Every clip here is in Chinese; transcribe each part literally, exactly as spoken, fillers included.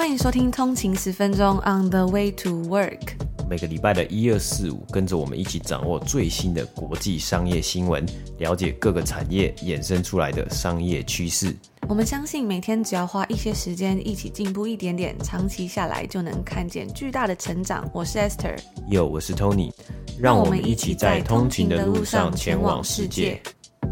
欢迎收听通勤十分钟 On the way to work。 每个礼拜的一二四五，跟着我们一起掌握最新的国际商业新闻，了解各个产业衍生出来的商业趋势。 我们相信每天只要花一些时间一起进步一点点，长期下来就能看见巨大的成长。我是 Esther， Yo， 我是 Tony， 让我们一起在通勤的路上前往世界。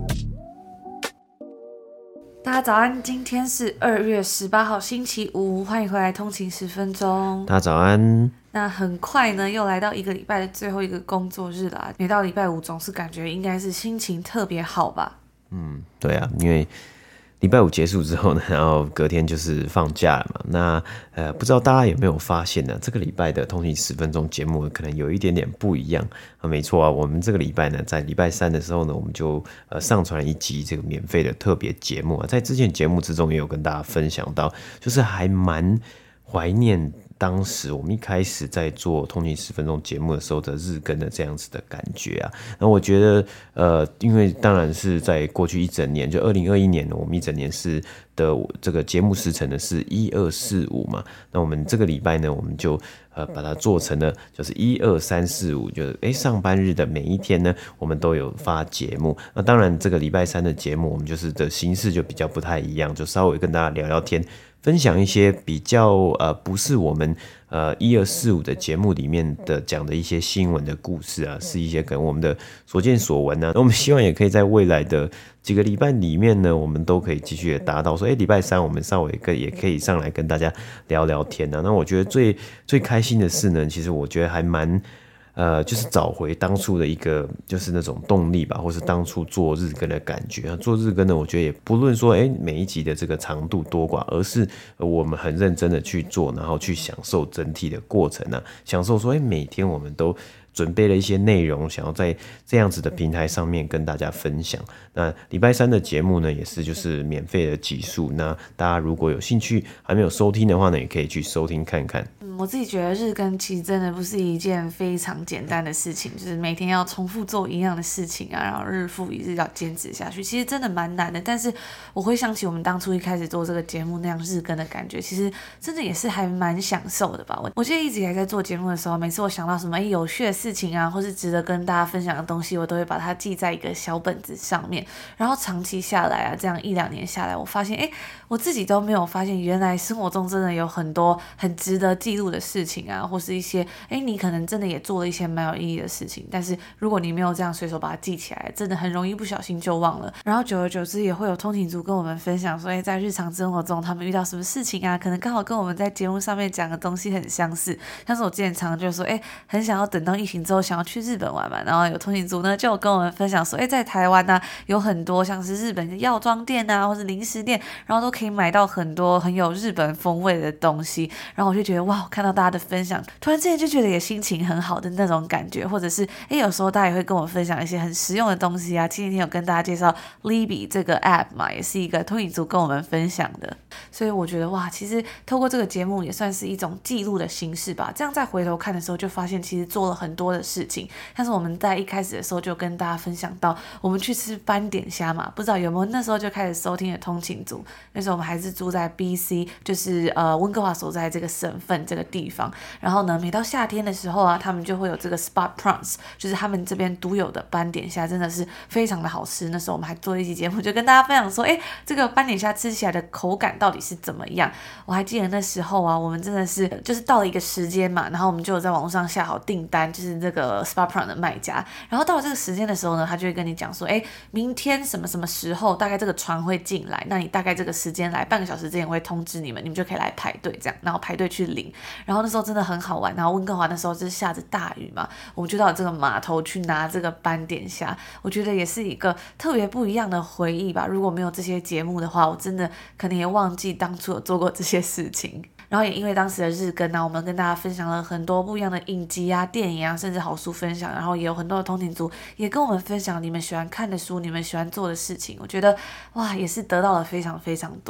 大家早安，今天是二月十八号星期五，欢迎回来通勤十分钟。 大家早安。 那很快呢，又来到一个礼拜的最后一个工作日啦。每到礼拜五，总是感觉应该是心情特别好吧？ 嗯，对啊，因为礼拜五结束之后呢，然后隔天就是放假了嘛。那呃，不知道大家有没有发现呢？这个礼拜的通勤十分钟节目可能有一点点不一样啊。没错啊，我们这个礼拜呢，在礼拜三的时候呢，我们就呃上传了一集这个免费的特别节目啊。在之前节目之中也有跟大家分享到，就是还蛮怀念当时我们一开始在做通勤十分钟节目的时候的日更的这样子的感觉啊。那我觉得呃，因为当然是在过去一整年，就二零二一年我们一整年是的这个节目时程呢是一二四五嘛。那我们这个礼拜呢，我们就呃把它做成了就是一二三四五，就是哎上班日的每一天呢，我们都有发节目。那当然这个礼拜三的节目，我们就是的形式就比较不太一样，就稍微跟大家聊聊天。分享一些比较呃不是我们呃一二四五的节目里面的讲的一些新闻的故事啊，是一些可能我们的所见所闻啊。那我们希望也可以在未来的几个礼拜里面呢，我们都可以继续的达到说，哎，礼拜三我们稍微跟也可以上来跟大家聊聊天啊。那我觉得最最开心的事呢，其实我觉得还蛮。呃，就是找回当初的一个就是那种动力吧，或是当初做日更的感觉。做日更呢，我觉得也不论说，哎，每一集的这个长度多寡，而是我们很认真的去做，然后去享受整体的过程啊，享受说，哎，每天我们都准备了一些内容，想要在这样子的平台上面跟大家分享。那礼拜三的节目呢，也是就是免费的集数。那大家如果有兴趣还没有收听的话呢，也可以去收听看看。 嗯，我自己觉得日更其实真的不是一件非常简单的事情，就是每天要重复做一样的事情啊，然后日复一日要坚持下去，其实真的蛮难的。但是我会想起我们当初一开始做这个节目那样日更的感觉，其实真的也是还蛮享受的吧。我我记得一直以来在做节目的时候，每次我想到什么哎有趣的事情啊，或是值得跟大家分享的东西，我都会把它记在一个小本子上面。然后长期下来啊，这样一两年下来，我发现，哎，我自己都没有发现，原来生活中真的有很多很值得记录的事情啊，或是一些，哎，你可能真的也做了一些蛮有意义的事情，但是如果你没有这样随手把它记起来，真的很容易不小心就忘了。然后久而久之，也会有通勤族跟我们分享说，哎，在日常生活中他们遇到什么事情啊，可能刚好跟我们在节目上面讲的东西很相似。像是我之前常常就说，哎，很想要等到疫情之后，想要去日本玩嘛，然后有通勤族呢就有跟我们分享说，哎，在台湾呢、啊、有很多像是日本的药妆店啊，或是零食店，然后都可以买到很多很有日本风味的东西。然后我就觉得哇，看到大家的分享，突然之间就觉得也心情很好的那种感觉。或者是哎，有时候大家也会跟我分享一些很实用的东西啊。前几天有跟大家介绍 Libby 这个 app 嘛，也是一个通勤族跟我们分享的。所以我觉得哇，其实透过这个节目也算是一种记录的形式吧。这样再回头看的时候，就发现其实做了很多的事情。像是我们在一开始的时候就跟大家分享到，我们去吃斑点虾嘛，不知道有没有那时候就开始收听的通勤族。那时候我们还是住在 B C， 就是呃温哥华所在这个省份这个地方。然后呢，每到夏天的时候啊，他们就会有这个 spot prawns， 就是他们这边独有的斑点虾，真的是非常的好吃。那时候我们还做了一期节目，就跟大家分享说，哎，这个斑点虾吃起来的口感到底是怎么样？我还记得那时候啊，我们真的是就是到了一个时间嘛，然后我们就有在网络上下好订单，就是这个 spot prawn 的卖家。然后到了这个时间的时候呢，他就会跟你讲说，哎，明天什么什么时候大概这个船会进来，那你大概这个时间来，半个小时之前我会通知你们，你们就可以来排队这样，然后排队去领。然后那时候真的很好玩，然后温哥华那时候就是下着大雨嘛，我们就到这个码头去拿这个斑点虾，我觉得也是一个特别不一样的回忆吧。如果没有这些节目的话，我真的可能也忘记当初有做过这些事情。然后也因为当时的日更啊，我们跟大家分享了很多不一样的影集啊、电影啊，甚至好书分享。然后也有很多的通勤族也跟我们分享你们喜欢看的书、你们喜欢做的事情。我觉得哇，也是得到了非常非常多。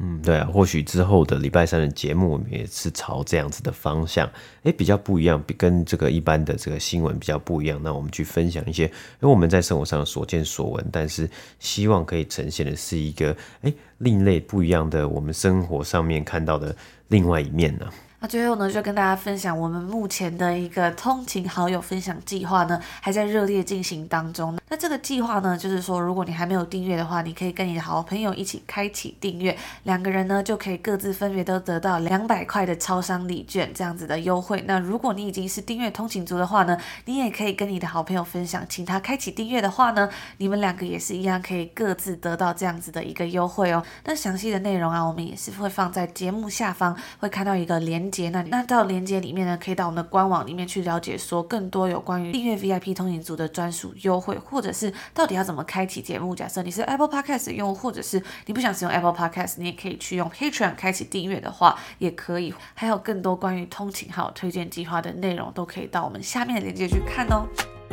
嗯，对啊，或许之后的礼拜三的节目，我们也是朝这样子的方向，哎，比较不一样，跟这个一般的这个新闻比较不一样。那我们去分享一些，因为我们在生活上所见所闻，但是希望可以呈现的是一个哎另类不一样的我们生活上面看到的另外一面呢、啊。 那最后呢，就跟大家分享我们目前的一个通勤好友分享计划呢，还在热烈进行当中。那这个计划呢，就是说，如果你还没有订阅的话，你可以跟你的好朋友一起开启订阅，两个人呢就可以各自分别都得到两百块的超商礼券这样子的优惠。那如果你已经是订阅通勤族的话呢，你也可以跟你的好朋友分享，请他开启订阅的话呢，你们两个也是一样可以各自得到这样子的一个优惠哦。那详细的内容啊，我们也是会放在节目下方，会看到一个连那那到连结里面呢，可以到我们的官网里面去了解说更多有关于订阅 V I P 通勤族的专属优惠，或者是到底要怎么开启节目。假设你是 Apple Podcast 的用户，或者是你不想使用 Apple Podcast， 你也可以去用 Patreon 开启订阅的话，也可以。还有更多关于通勤还有推荐计划的内容，都可以到我们下面的连结去看哦。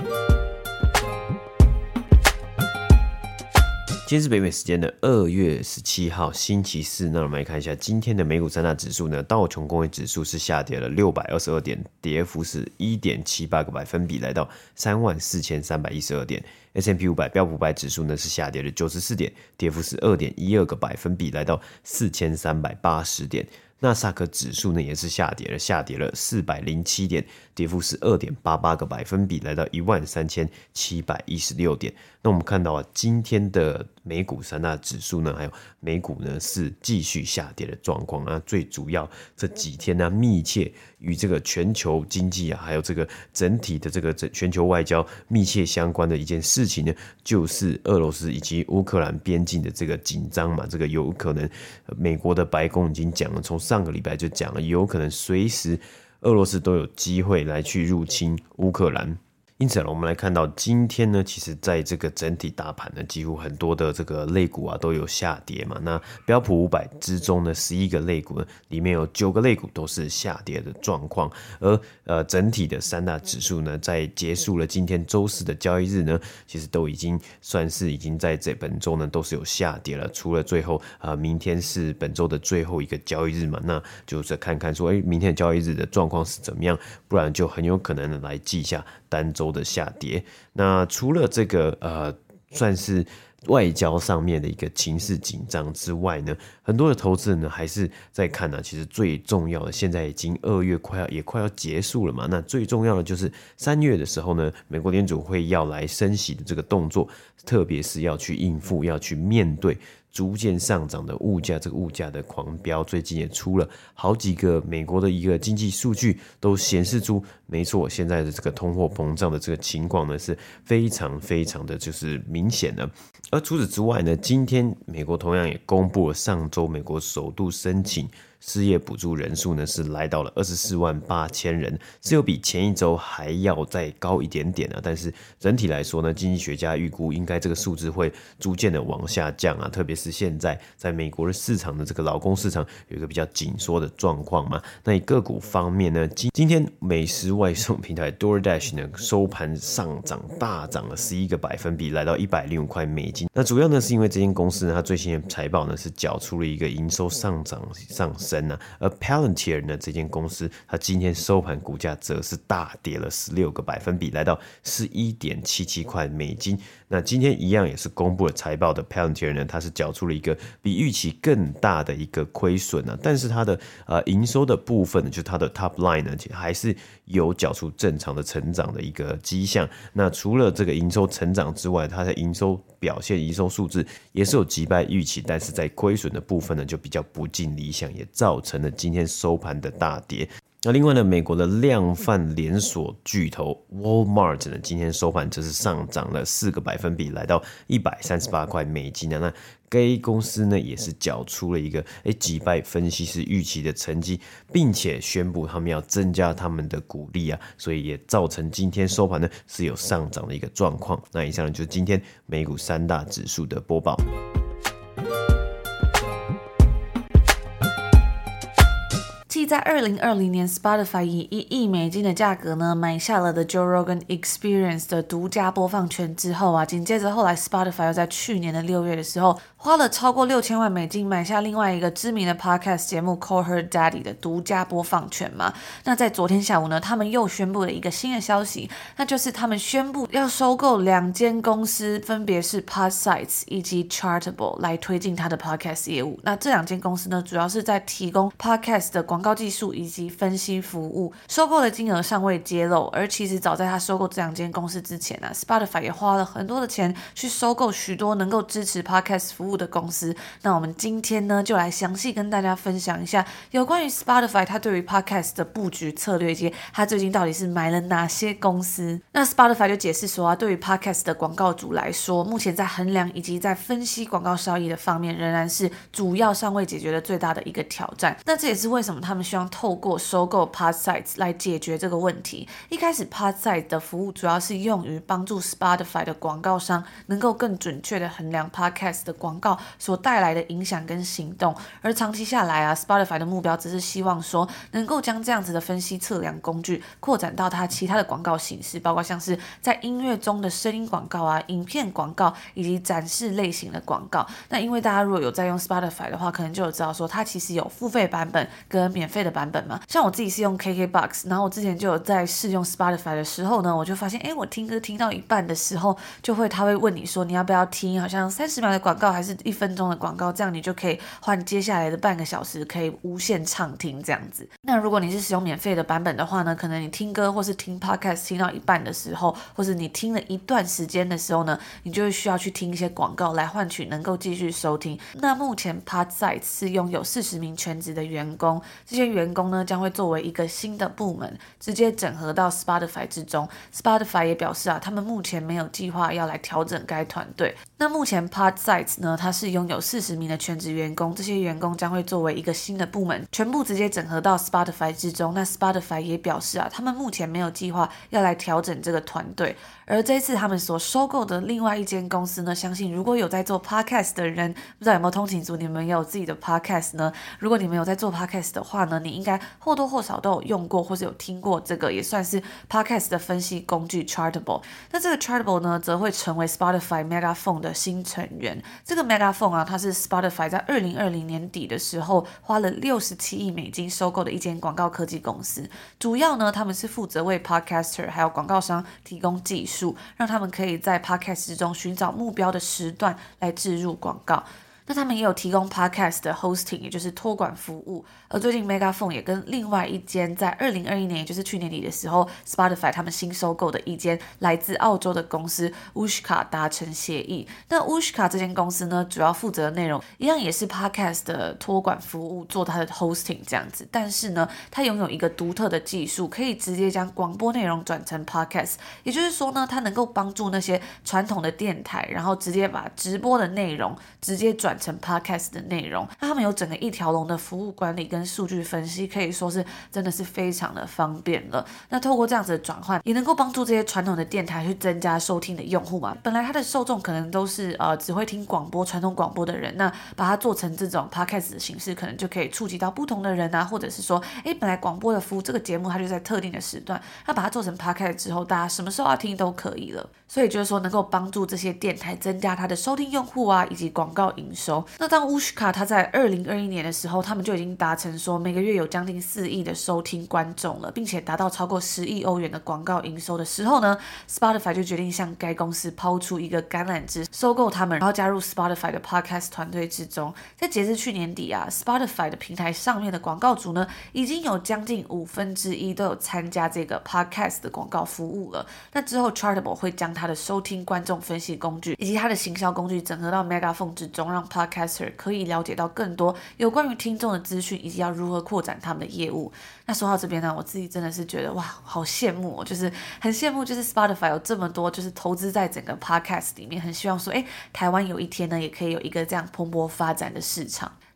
今天是北美时间的二月十七号星期四，那我们来看一下今天的美股三大指数呢。道琼工业指数是下跌了六百二十二点，跌幅是 一点七八 个百分比，来到三万四千三百一十二点。S and P 五百 标普五百指数呢是下跌了九十四点，跌幅是 二点一二 个百分比，来到四千三百八十点。纳斯达克指数呢也是下跌了，下跌了四百零七点，跌幅是 二点八八 个百分比，来到一万三千七百一十六点。那我们看到啊，今天的美股三大指数呢，还有美股呢是继续下跌的状况。那最主要这几天呢，密切与这个全球经济啊，还有这个整体的这个全球外交密切相关的一件事情呢，就是俄罗斯以及乌克兰边境的这个紧张嘛。这个有可能，美国的白宫已经讲了，从上个礼拜就讲了，有可能随时俄罗斯都有机会来去入侵乌克兰。因此我们来看到今天呢，其实在这个整体大盘呢，几乎很多的这个类股啊都有下跌嘛。那标普五百之中呢，十一个类股呢，里面有九个类股都是下跌的状况。而呃，整体的三大指数呢，在结束了今天周四的交易日呢，其实都已经算是已经在这本周呢都是有下跌了。除了最后呃，明天是本周的最后一个交易日嘛，那就是看看说，哎，明天的交易日的状况是怎么样，不然就很有可能来记下单周的下跌。那除了这个呃，算是外交上面的一个情势紧张之外呢，很多的投资人呢还是在看呢、啊。其实最重要的，现在已经二月快要也快要结束了嘛。那最重要的就是三月的时候呢，美国联准会要来升息的这个动作，特别是要去应付，要去面对逐渐上涨的物价，这个物价的狂飙，最近也出了好几个美国的一个经济数据，都显示出，没错，现在的这个通货膨胀的这个情况呢是非常非常的就是明显的。而除此之外呢，今天美国同样也公布了上周美国首度申请失业补助人数呢是来到了二十四万八千人，是有比前一周还要再高一点点啊。但是整体来说呢，经济学家预估应该这个数字会逐渐的往下降啊，特别是现在在美国的市场的这个劳工市场有一个比较紧缩的状况嘛。那以个股方面呢，今今天美食外送平台 DoorDash 呢收盘上涨，大涨了十一个百分比，来到一百零五块美金。那主要呢是因为这间公司呢，它最新的财报呢是缴出了一个营收上涨上升啊，而 Palantir 呢这间公司，它今天收盘股价则是大跌了十六个百分比，来到十一点七七块美金。那今天一样也是公布了财报的 Palantir 呢，它是缴出了一个比预期更大的一个亏损啊，但是它的呃营收的部分呢，就是它的 top line 呢，其实还是有缴出正常的成长的一个迹象。那除了这个营收成长之外，它的营收表现、营收数字也是有击败预期，但是在亏损的部分呢，就比较不尽理想，也造成了今天收盘的大跌。那另外呢，美国的量贩连锁巨头 Walmart 呢，今天收盘则是上涨了四个百分比，来到一百三十八块美金啊。那该公司呢也是缴出了一个诶击败分析师预期的成绩，并且宣布他们要增加他们的股利啊，所以也造成今天收盘呢是有上涨的一个状况。那以上呢就是今天美股三大指数的播报。 气在二零二零年 Spotify 以一亿美金的价格呢买下了 The Joe Rogan Experience 的独家播放权之后啊，紧接着后来 Spotify 又在去年的六月的时候花了超过六千万美金买下另外一个知名的 podcast 节目 Call Her Daddy 的独家播放权嘛。那在昨天下午呢，他们又宣布了一个新的消息，那就是他们宣布要收购两间公司，分别是 Podsights 以及 Chartable 来推进他的 podcast 业务。那这两间公司呢，主要是在提供 podcast 的广告技术以及分析服务，收购的金额尚未揭露。而其实早在他收购这两间公司之前啊 Spotify 也花了很多的钱去收购许多能够支持 podcast 服务的公司。那我们今天呢，就来详细跟大家分享一下有关于 Spotify 它对于 podcast 的布局策略，以及它最近到底是买了哪些公司。那 Spotify 就解释说啊，对于 podcast 的广告主来说，目前在衡量以及在分析广告效益的方面，仍然是主要尚未解决的最大的一个挑战。那这也是为什么他们希望透过收购 Podsights 来解决这个问题。一开始 Podsights 的服务主要是用于帮助 Spotify 的广告商能够更准确的衡量 podcast 的广告所带来的影响跟行动，而长期下来啊 Spotify 的目标只是希望说能够将这样子的分析测量工具扩展到它其他的广告形式，包括像是在音乐中的声音广告啊、影片广告以及展示类型的广告。那因为大家如果有在用 Spotify 的话，可能就有知道说它其实有付费版本跟免费的版本嘛。像我自己是用 K K B O X， 然后我之前就有在试用 Spotify 的时候呢，我就发现诶我听歌听到一半的时候，就会他会问你说你要不要听好像三十秒的广告还是一分钟的广告，这样你就可以换接下来的半个小时可以无限畅听这样子。那如果你是使用免费的版本的话呢，可能你听歌或是听 podcast 听到一半的时候，或是你听了一段时间的时候呢，你就会需要去听一些广告来换取能够继续收听。那目前 Podsights 是拥有四十名全职的员工，这些员工呢将会作为一个新的部门直接整合到 Spotify 之中。 Spotify 也表示啊，他们目前没有计划要来调整该团队。那目前 Podsights 呢，它是拥有四十名的全职员工，这些员工将会作为一个新的部门全部直接整合到 Spotify 之中。那 Spotify 也表示啊，他们目前没有计划要来调整这个团队。而这一次他们所收购的另外一间公司呢，相信如果有在做 podcast 的人，不知道有没有通勤族，你们也有自己的 podcast 呢？如果你们有在做 podcast 的话呢，你应该或多或少都有用过或是有听过这个也算是 podcast 的分析工具 Chartable。 那这个 Chartable 呢，则会成为 Spotify Megaphone 的新成员。这个 Megaphone 啊，它是 Spotify 在二零二零年底的时候花了六十七亿美金收购的一间广告科技公司。主要呢，他们是负责为 podcaster 还有广告商提供技术，让他们可以在 podcast 之中寻找目标的时段来置入广告。那他们也有提供 podcast 的 hosting， 也就是托管服务。而最近 Megaphone 也跟另外一间在二零二一年，也就是去年底的时候 Spotify 他们新收购的一间来自澳洲的公司 Whooshkaa 达成协议。那 Whooshkaa 这间公司呢，主要负责的内容一样也是 podcast 的托管服务，做它的 hosting 这样子。但是呢，它拥有一个独特的技术，可以直接将广播内容转成 podcast。也就是说呢，它能够帮助那些传统的电台，然后直接把直播的内容直接转成 podcast 的内容。那他们有整个一条龙的服务管理跟数据分析，可以说是真的是非常的方便了。那透过这样子的转换，也能够帮助这些传统的电台去增加收听的用户嘛。本来它的受众可能都是呃只会听广播传统广播的人，那把它做成这种 podcast 的形式，可能就可以触及到不同的人啊，或者是说诶本来广播的服务这个节目它就在特定的时段，那把它做成 podcast 之后，大家什么时候要听都可以了。所以就是说能够帮助这些电台增加它的收听用户啊，以及广告营收。那当 Whooshkaa 它在二零二一年的时候，他们就已经达成说每个月有将近四亿的收听观众了，并且达到超过十亿欧元的广告营收的时候呢， Spotify 就决定向该公司抛出一个橄榄枝，收购他们，然后加入 Spotify 的 podcast 团队之中。在截至去年底啊， Spotify 的平台上面的广告主呢，已经有将近五分之一都有参加这个 podcast 的广告服务了。那之后 Chartable 会将它的收听观众分析工具以及它的行销工具整合到 Megaphone 之中，让 podcaster 可以了解到更多有关于听众的资讯，以及要如何扩展他们的业务。那说到这边呢，我自己真的是觉得哇，好羡慕哦，就是很羡慕，就是 Spotify 有这么多就是投资在整个 podcast 里面，很希望说，哎，台湾有一天呢，也可以有一个这样蓬勃发展的市场。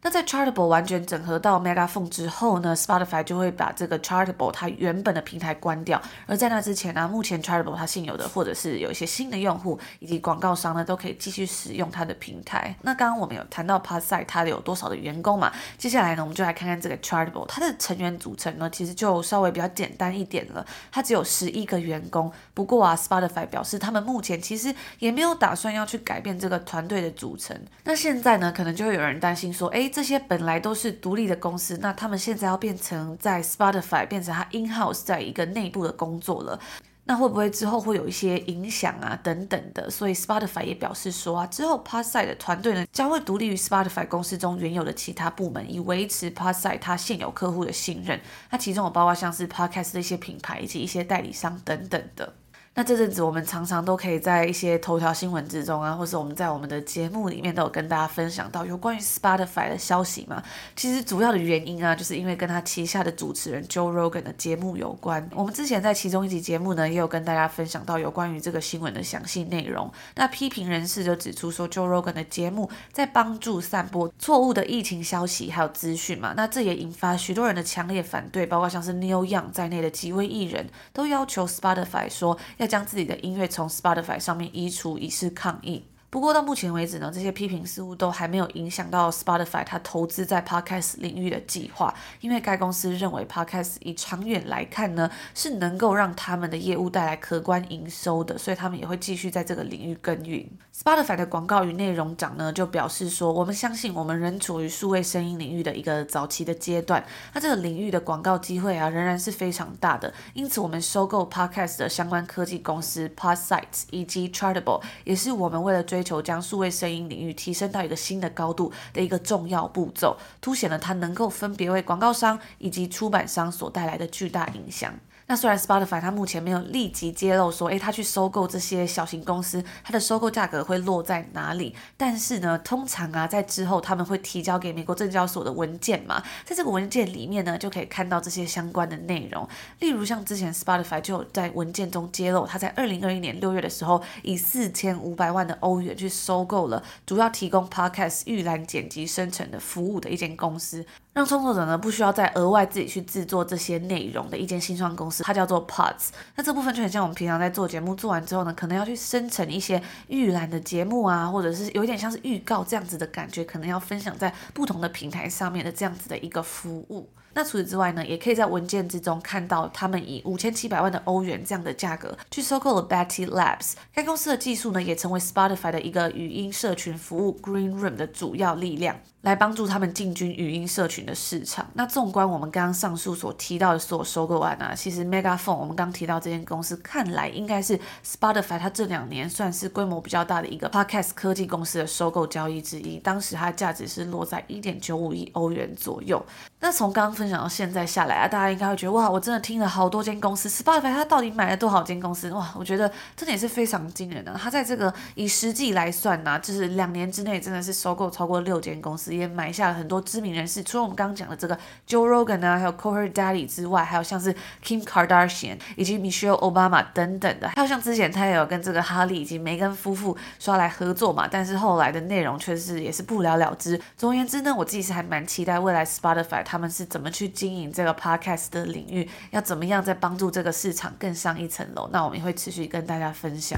那在 Chartable 完全整合到 Megaphone 之后呢 Spotify 就会把这个 Chartable 它原本的平台关掉，而在那之前呢、啊，目前 Chartable 它现有的或者是有一些新的用户以及广告商呢都可以继续使用它的平台。那刚刚我们有谈到 Podsight 它有多少的员工嘛，接下来呢我们就来看看这个 Chartable 它的成员组成呢其实就稍微比较简单一点了，它只有十一个员工。不过啊 Spotify 表示他们目前其实也没有打算要去改变这个团队的组成。那现在呢可能就会有人担心说，诶，这些本来都是独立的公司，那他们现在要变成在 Spotify 变成他 in-house 在一个内部的工作了，那会不会之后会有一些影响啊等等的。所以 Spotify 也表示说啊，之后 Podsight 的团队呢将会独立于 Spotify 公司中原有的其他部门，以维持 Podsight 它现有客户的信任。那其中有包括像是 Podcast 的一些品牌以及一些代理商等等的。那这阵子我们常常都可以在一些头条新闻之中啊，或是我们在我们的节目里面都有跟大家分享到有关于 Spotify 的消息嘛。其实主要的原因啊，就是因为跟他旗下的主持人 Joe Rogan 的节目有关。我们之前在其中一集节目呢，也有跟大家分享到有关于这个新闻的详细内容。那批评人士就指出说 Joe Rogan 的节目在帮助散播错误的疫情消息还有资讯嘛，那这也引发许多人的强烈反对，包括像是 Neil Young 在内的几位艺人都要求 Spotify 说要将自己的音乐从 Spotify 上面移除，以示抗议。不过到目前为止呢，这些批评似乎都还没有影响到 Spotify 它投资在 Podcast 领域的计划，因为该公司认为 Podcast 以长远来看呢，是能够让他们的业务带来可观营收的，所以他们也会继续在这个领域耕耘。Spotify 的广告与内容长呢就表示说，我们相信我们仍处于数位声音领域的一个早期的阶段，那这个领域的广告机会啊仍然是非常大的，因此我们收购 Podcast 的相关科技公司 Podsight 以及 Chartable 也是我们为了追追求将数位声音领域提升到一个新的高度的一个重要步骤，凸显了它能够分别为广告商以及出版商所带来的巨大影响。那虽然 Spotify 它目前没有立即揭露说，诶，它去收购这些小型公司，它的收购价格会落在哪里？但是呢，通常啊，在之后他们会提交给美国证交所的文件嘛，在这个文件里面呢，就可以看到这些相关的内容。例如像之前 Spotify 就有在文件中揭露，它在二零二一年六月的时候，以四千五百万的欧元去收购了主要提供 Podcast 预览剪辑生成的服务的一间公司，让创作者呢不需要再额外自己去制作这些内容的一间新创公司，它叫做 Pods。 那这部分就很像我们平常在做节目做完之后呢，可能要去生成一些预览的节目啊，或者是有一点像是预告这样子的感觉，可能要分享在不同的平台上面的这样子的一个服务。那除此之外呢，也可以在文件之中看到他们以五千七百万的欧元这样的价格去收购了 Betty Labs。 该公司的技术呢也成为 Spotify 的一个语音社群服务 Green Room 的主要力量，来帮助他们进军语音社群的市场。那纵观我们刚刚上述所提到的所有收购案啊，其实 Megaphone 我们刚提到这间公司看来应该是 Spotify 它这两年算是规模比较大的一个 Podcast 科技公司的收购交易之一，当时它的价值是落在 一点九五亿欧元左右。那从刚刚分享到现在下来啊，大家应该会觉得哇，我真的听了好多间公司 Spotify 它到底买了多少间公司？哇，我觉得真的也是非常惊人的、啊。它在这个以实际来算啊，就是两年之内真的是收购超过六间公司，也买下了很多知名人士，除了我们刚刚讲的这个 Joe Rogan 啊，还有 Coher Daddy 之外，还有像是 Kim Kardashian 以及 Michelle Obama 等等的，还有像之前他也有跟这个哈利以及梅根夫妇说要来合作嘛，但是后来的内容却是也是不了了之。总而言之呢，我自己是还蛮期待未来 Spotify 他们是怎么去经营这个 Podcast 的领域，要怎么样在帮助这个市场更上一层楼，那我们也会持续跟大家分享。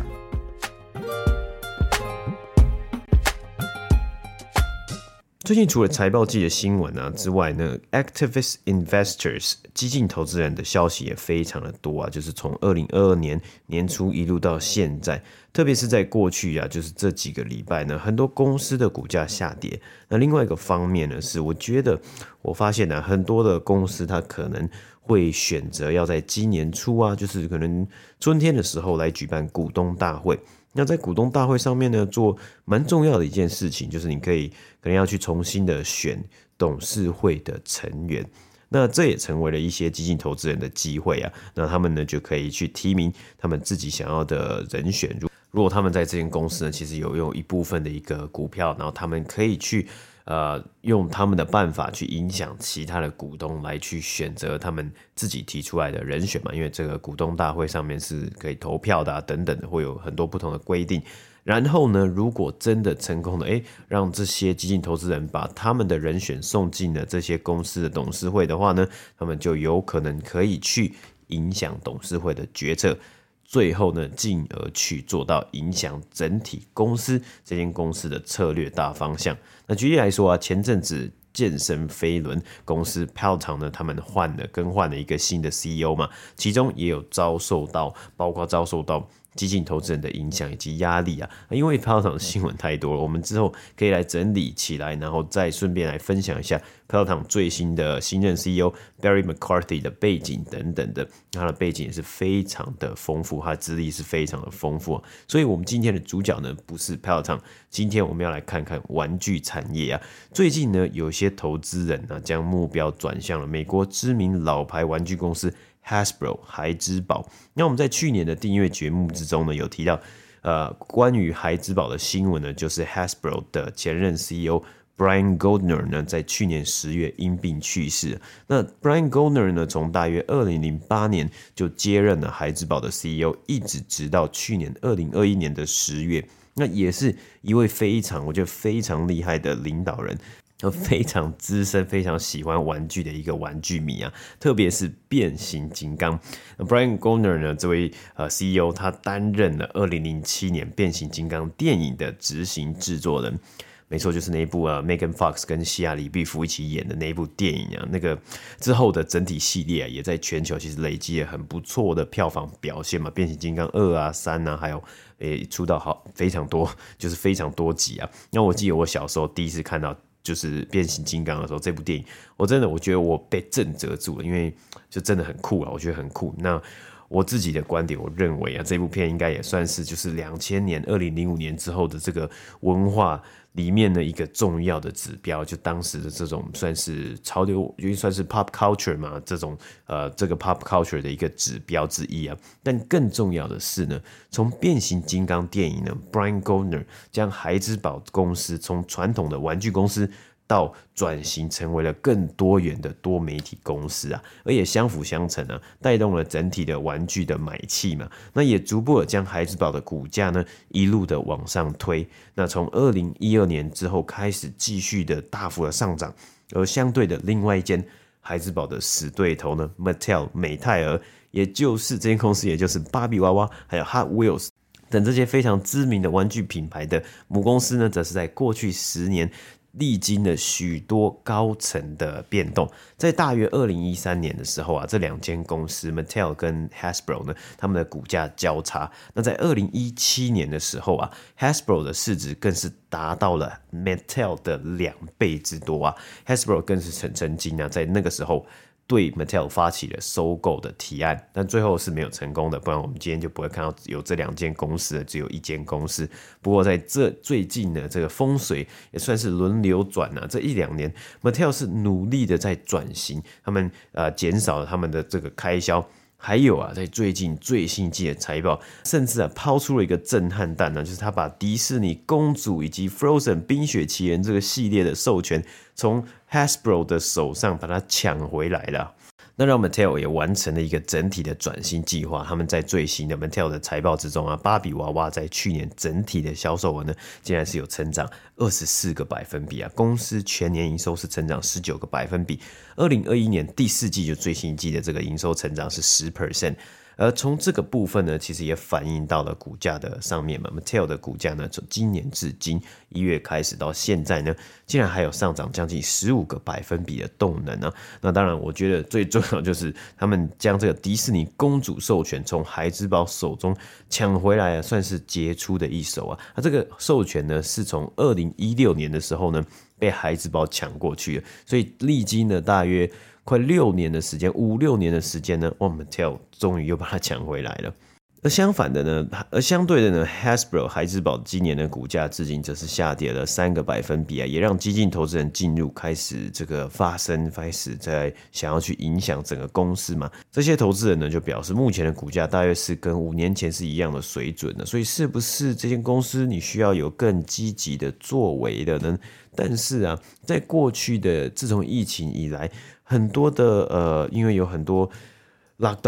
最近除了财报季的新闻啊之外呢 ，Activist Investors 激进投资人的消息也非常的多啊，就是从二零二二年年初一路到现在，特别是在过去啊，就是这几个礼拜呢，很多公司的股价下跌。那另外一个方面呢，是我觉得我发现呢、啊，很多的公司它可能会选择要在今年初啊，就是可能春天的时候来举办股东大会。那在股东大会上面呢，做蛮重要的一件事情，就是你可以可能要去重新的选董事会的成员。那这也成为了一些基金投资人的机会啊。那他们呢就可以去提名他们自己想要的人选。如果他们在这间公司呢，其实有用一部分的一个股票，然后他们可以去呃用他们的办法去影响其他的股东来去选择他们自己提出来的人选嘛。因为这个股东大会上面是可以投票的啊，等等的，会有很多不同的规定。 然后呢，如果真的成功的，诶，让这些基金投资人把他们的人选送进了这些公司的董事会的话呢，他们就有可能可以去影响董事会的决策，最后呢，进而去做到影响整体公司这间公司的策略大方向。那举例来说啊，前阵子健身飞轮公司 Peloton 呢，他们换了更换了一个新的 C E O 嘛，其中也有遭受到，包括遭受到基金投资人的影响以及压力啊，因为 Peloton 的新闻太多了，我们之后可以来整理起来，然后再顺便来分享一下 Peloton 最新的新任 C E O Barry McCarthy 的背景等等的，他的背景也是非常的丰富，他的资历是非常的丰富、啊，所以我们今天的主角呢不是 Peloton， 今天我们要来看看玩具产业啊，最近呢有些投资人呢、啊、将目标转向了美国知名老牌玩具公司Hasbro 孩之宝。那我们在去年的订阅节目之中呢，有提到，呃，关于孩之宝的新闻呢，就是 Hasbro 的前任 C E O Brian Goldner 呢，在去年十月因病去世。那 Brian Goldner 呢，从大约二零零八年就接任了孩之宝的 C E O， 一直直到去年二零二一年的十月。那也是一位非常，我觉得非常厉害的领导人。非常资深、非常喜欢玩具的一个玩具迷啊，特别是变形金刚。Brian Goldner 呢，这位呃 C E O， 他担任了二零零七年变形金刚电影的执行制作人。没错，就是那一部啊 ，Megan Fox 跟西亚李碧芙一起演的那一部电影啊，那个之后的整体系列啊，也在全球其实累积了很不错的票房表现嘛。变形金刚二啊、三啊，还有诶出到好非常多，就是非常多集啊。那我记得我小时候第一次看到就是变形金刚的时候，这部电影我真的我觉得我被震慑住了，因为就真的很酷啊，我觉得很酷。那我自己的观点，我认为啊，这部片应该也算是就是两千年、二零零五年之后的这个文化里面的一个重要的指标，就当时的这种算是潮流，因为算是 pop culture 嘛，这种呃这个 pop culture 的一个指标之一啊。但更重要的是呢，从变形金刚电影呢 ，Brian Goldner 将孩之宝公司从传统的玩具公司到转型成为了更多元的多媒体公司啊，而也相辅相成啊，带动了整体的玩具的买气嘛，那也逐步的将孩之宝的股价呢一路的往上推，那从二零一二年之后开始继续的大幅的上涨，而相对的另外一间孩之宝的死对头呢 Mattel 美泰尔，也就是这间公司，也就是芭比娃娃还有 Hot Wheels等这些非常知名的玩具品牌的母公司呢，则是在过去十年历经了许多高层的变动，在大约二零一三年的时候啊，这两间公司 Mattel 跟 Hasbro 呢，他们的股价交叉。那在二零一七年的时候啊 ，Hasbro 的市值更是达到了 Mattel 的两倍之多啊 ，Hasbro 更是曾曾经啊，在那个时候对 Mattel 发起了收购的提案，但最后是没有成功的，不然我们今天就不会看到有这两间公司了，只有一间公司。不过在这最近的这个风水也算是轮流转啊，这一两年 Mattel 是努力的在转型，他们呃减少了他们的这个开销。还有啊，在最近最新一季的财报，甚至啊抛出了一个震撼弹呢，就是他把迪士尼公主以及 Frozen 冰雪奇缘这个系列的授权从 Hasbro 的手上把它抢回来了。那让 Mattel 也完成了一个整体的转型计划。他们在最新的 Mattel 的财报之中啊，芭比娃娃在去年整体的销售额呢，竟然是有成长二十四个百分比啊，公司全年营收是成长十九个百分比。二零二一年第四季就最新一季的这个营收成长是 百分之十。而从这个部分呢，其实也反映到了股价的上面嘛。Mattel 的股价呢，从今年至今一月开始到现在呢，竟然还有上涨将近十五个百分比的动能啊。那当然，我觉得最重要就是他们将这个迪士尼公主授权从孩之宝手中抢回来啊，算是杰出的一手啊。那这个授权呢，是从二零一六年的时候呢，被孩之宝抢过去了，所以历经了大约快六年的时间，五六年的时间呢，哇 Mattel 终于又把它抢回来了。而相反的呢，而相对的呢 ，Hasbro 孩之宝今年的股价至今则是下跌了三个百分比啊，也让激进投资人进入开始这个发生，开始在想要去影响整个公司嘛。这些投资人呢就表示，目前的股价大约是跟五年前是一样的水准的，所以是不是这间公司你需要有更积极的作为的呢？但是啊，在过去的自从疫情以来，很多的呃，因为有很多 lockdown。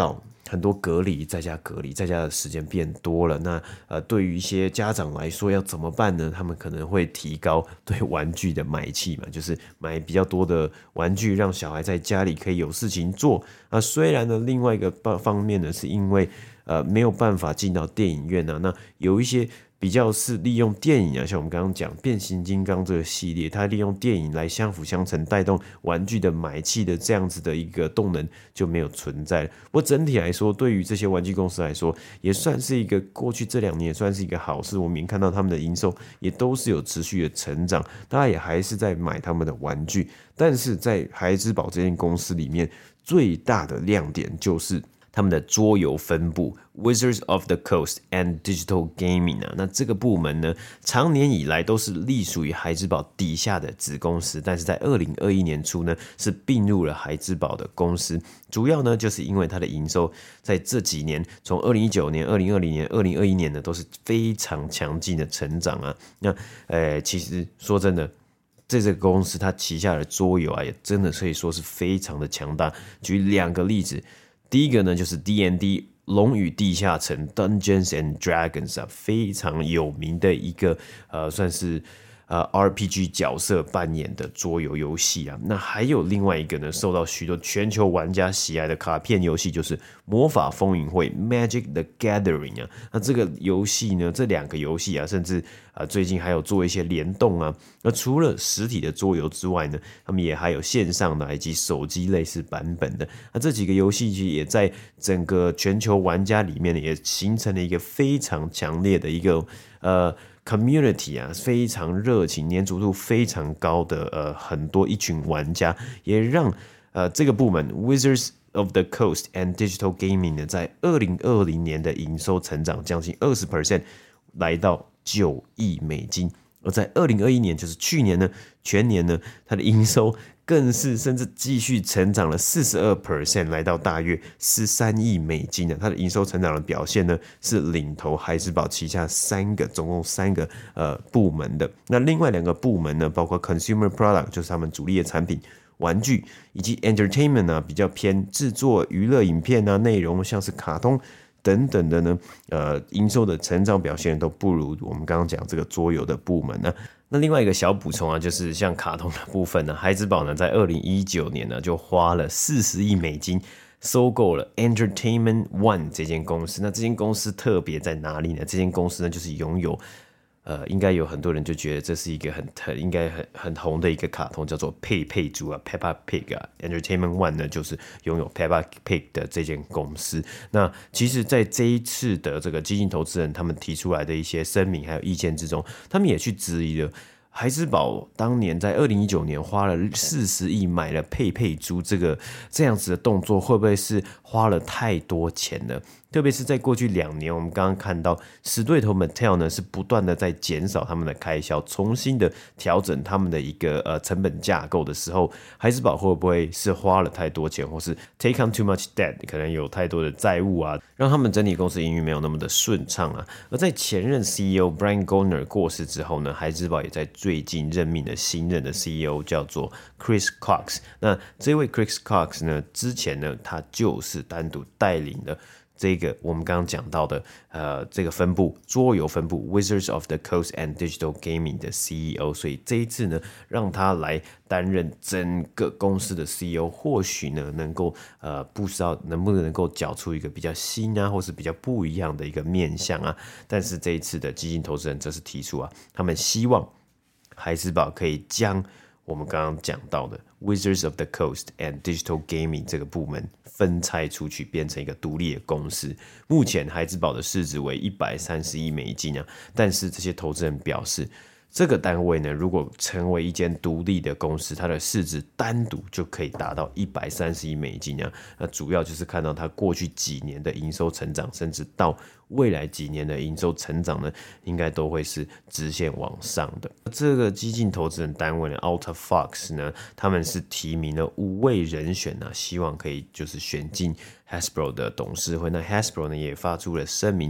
很多隔离，在家隔离，在家的时间变多了。那呃，对于一些家长来说，要怎么办呢？他们可能会提高对玩具的买气嘛，就是买比较多的玩具，让小孩在家里可以有事情做。那虽然呢，另外一个方面呢，是因为呃没有办法进到电影院啊，那有一些比较是利用电影啊，像我们刚刚讲变形金刚这个系列，它利用电影来相辅相成，带动玩具的买气的这样子的一个动能就没有存在了。不过整体来说，对于这些玩具公司来说，也算是一个过去这两年也算是一个好事。我们看到他们的营收也都是有持续的成长，大家也还是在买他们的玩具。但是在孩之宝这间公司里面，最大的亮点就是他们的桌游分部 Wizards of the Coast and Digital Gaming 啊，那这个部门呢，长年以来都是隶属于孩之宝底下的子公司，但是在二零二一年初呢，是并入了孩之宝的公司。主要呢，就是因为它的营收在这几年，从二零一九年、二零二零年、二零二一年呢，都是非常强劲的成长啊。那呃，其实说真的，这个公司它旗下的桌游啊，也真的可以说是非常的强大。举两个例子。第一个呢，就是 D and D 龙与地下城 Dungeons and Dragons 啊，非常有名的一个呃，算是呃 R P G 角色扮演的桌游游戏啊。那还有另外一个呢，受到许多全球玩家喜爱的卡片游戏，就是魔法风云会 Magic the Gathering 啊。那这个游戏呢，这两个游戏啊，甚至啊，最近还有做一些联动啊。那除了实体的桌游之外呢，他们也还有线上的以及手机类似版本的。那这几个游戏其实也在整个全球玩家里面呢，也形成了一个非常强烈的一个呃 community 啊，非常热情、黏着度非常高的呃很多一群玩家，也让呃这个部门 Wizards of the Coast and Digital Gaming 呢，在二零二零年的营收成长将近 百分之二十， 来到九亿美金。而在二零二一年，就是去年呢，全年呢，它的营收更是甚至继续成长了 百分之四十二， 来到大约十三亿美金呢。它的营收成长的表现呢，是领头孩之宝旗下三个总共三个呃部门的。那另外两个部门呢，包括 Consumer Product 就是他们主力的产品。玩具以及 Entertainment 啊，比较偏制作娱乐影片啊，内容像是卡通等等的呢，呃，营收的成长表现都不如我们刚刚讲这个桌游的部门呢。那另外一个小补充啊，就是像卡通的部分呢，孩之宝呢在二零一九年呢就花了四十亿美金收购了 Entertainment One 这间公司。那这间公司特别在哪里呢？这间公司呢就是拥有。呃，应该有很多人就觉得这是一个很很应该很很红的一个卡通，叫做佩佩猪啊 ，Peppa Pig 啊。Entertainment One 呢，就是拥有 Peppa Pig 的这间公司。那其实，在这一次的这个基金投资人他们提出来的一些声明还有意见之中，他们也去质疑了。孩之宝当年在二零一九年花了四十亿买了佩佩猪，这个这样子的动作会不会是花了太多钱呢？特别是在过去两年，我们刚刚看到死对头 Mattel 呢是不断的在减少他们的开销，重新的调整他们的一个呃成本架构的时候，孩之宝会不会是花了太多钱，或是 take on too much debt， 可能有太多的债务啊，让他们整体公司营运没有那么的顺畅啊？而在前任 C E O Brian Goldner 过世之后呢，孩之宝也在最近任命了新任的 C E O 叫做 Chris Cox。那这位 Chris Cox 呢，之前呢他就是单独带领了。这个我们刚刚讲到的，呃，这个分部桌游分部 Wizards of the Coast and Digital Gaming 的 C E O， 所以这一次呢，让他来担任整个公司的 C E O， 或许呢能够呃不知道能不能够缴出一个比较新啊，或是比较不一样的一个面向啊。但是这一次的基金投资人则是提出啊，他们希望孩之宝可以将我们刚刚讲到的 Wizards of the Coast and Digital Gaming 这个部门分拆出去，变成一个独立的公司。目前孩之宝的市值为一百三十亿美金啊，但是这些投资人表示，这个单位呢，如果成为一间独立的公司，它的市值单独就可以达到一百三十亿美金啊。那主要就是看到它过去几年的营收成长，甚至到未来几年的营收成长呢，应该都会是直线往上的。这个基金投资人单位呢 ，Alta Fox 呢，他们是提名了五位人选啊，希望可以就是选进 Hasbro 的董事会。那 Hasbro 呢也发出了声明，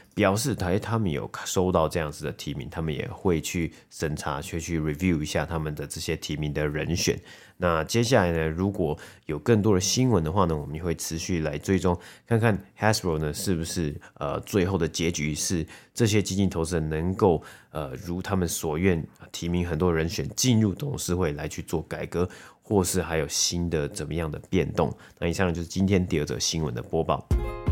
表示台他们有收到这样子的提名，他们也会去审查，去去 review 一下他们的这些提名的人选。那接下来呢，如果有更多的新闻的话呢，我们也会持续来追踪，看看 Hasbro 呢是不是呃最后的结局是这些基金投资人能够呃如他们所愿提名很多人选进入董事会来去做改革，或是还有新的怎么样的变动。那以上呢就是今天第二则新闻的播报。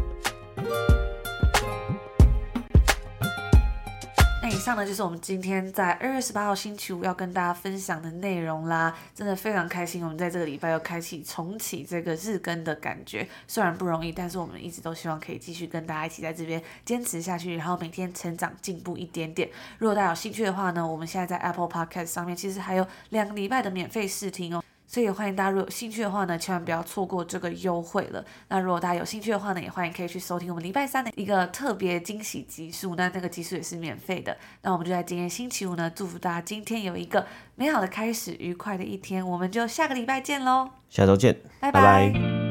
以上呢就是我们今天在二月十八号星期五要跟大家分享的内容啦，真的非常开心，我们在这个礼拜又开启重启这个日更的感觉，虽然不容易，但是我们一直都希望可以继续跟大家一起在这边坚持下去，然后每天成长进步一点点。如果大家有兴趣的话呢，我们现在在 Apple Podcast 上面其实还有两个礼拜的免费试听哦。所以也欢迎大家如果有兴趣的话呢，千万不要错过这个优惠了。那如果大家有兴趣的话呢，也欢迎可以去收听我们礼拜三的一个特别惊喜集数，那那个集数也是免费的。那我们就在今天星期五呢，祝福大家今天有一个美好的开始，愉快的一天，我们就下个礼拜见咯， 下周见， 拜拜。拜拜。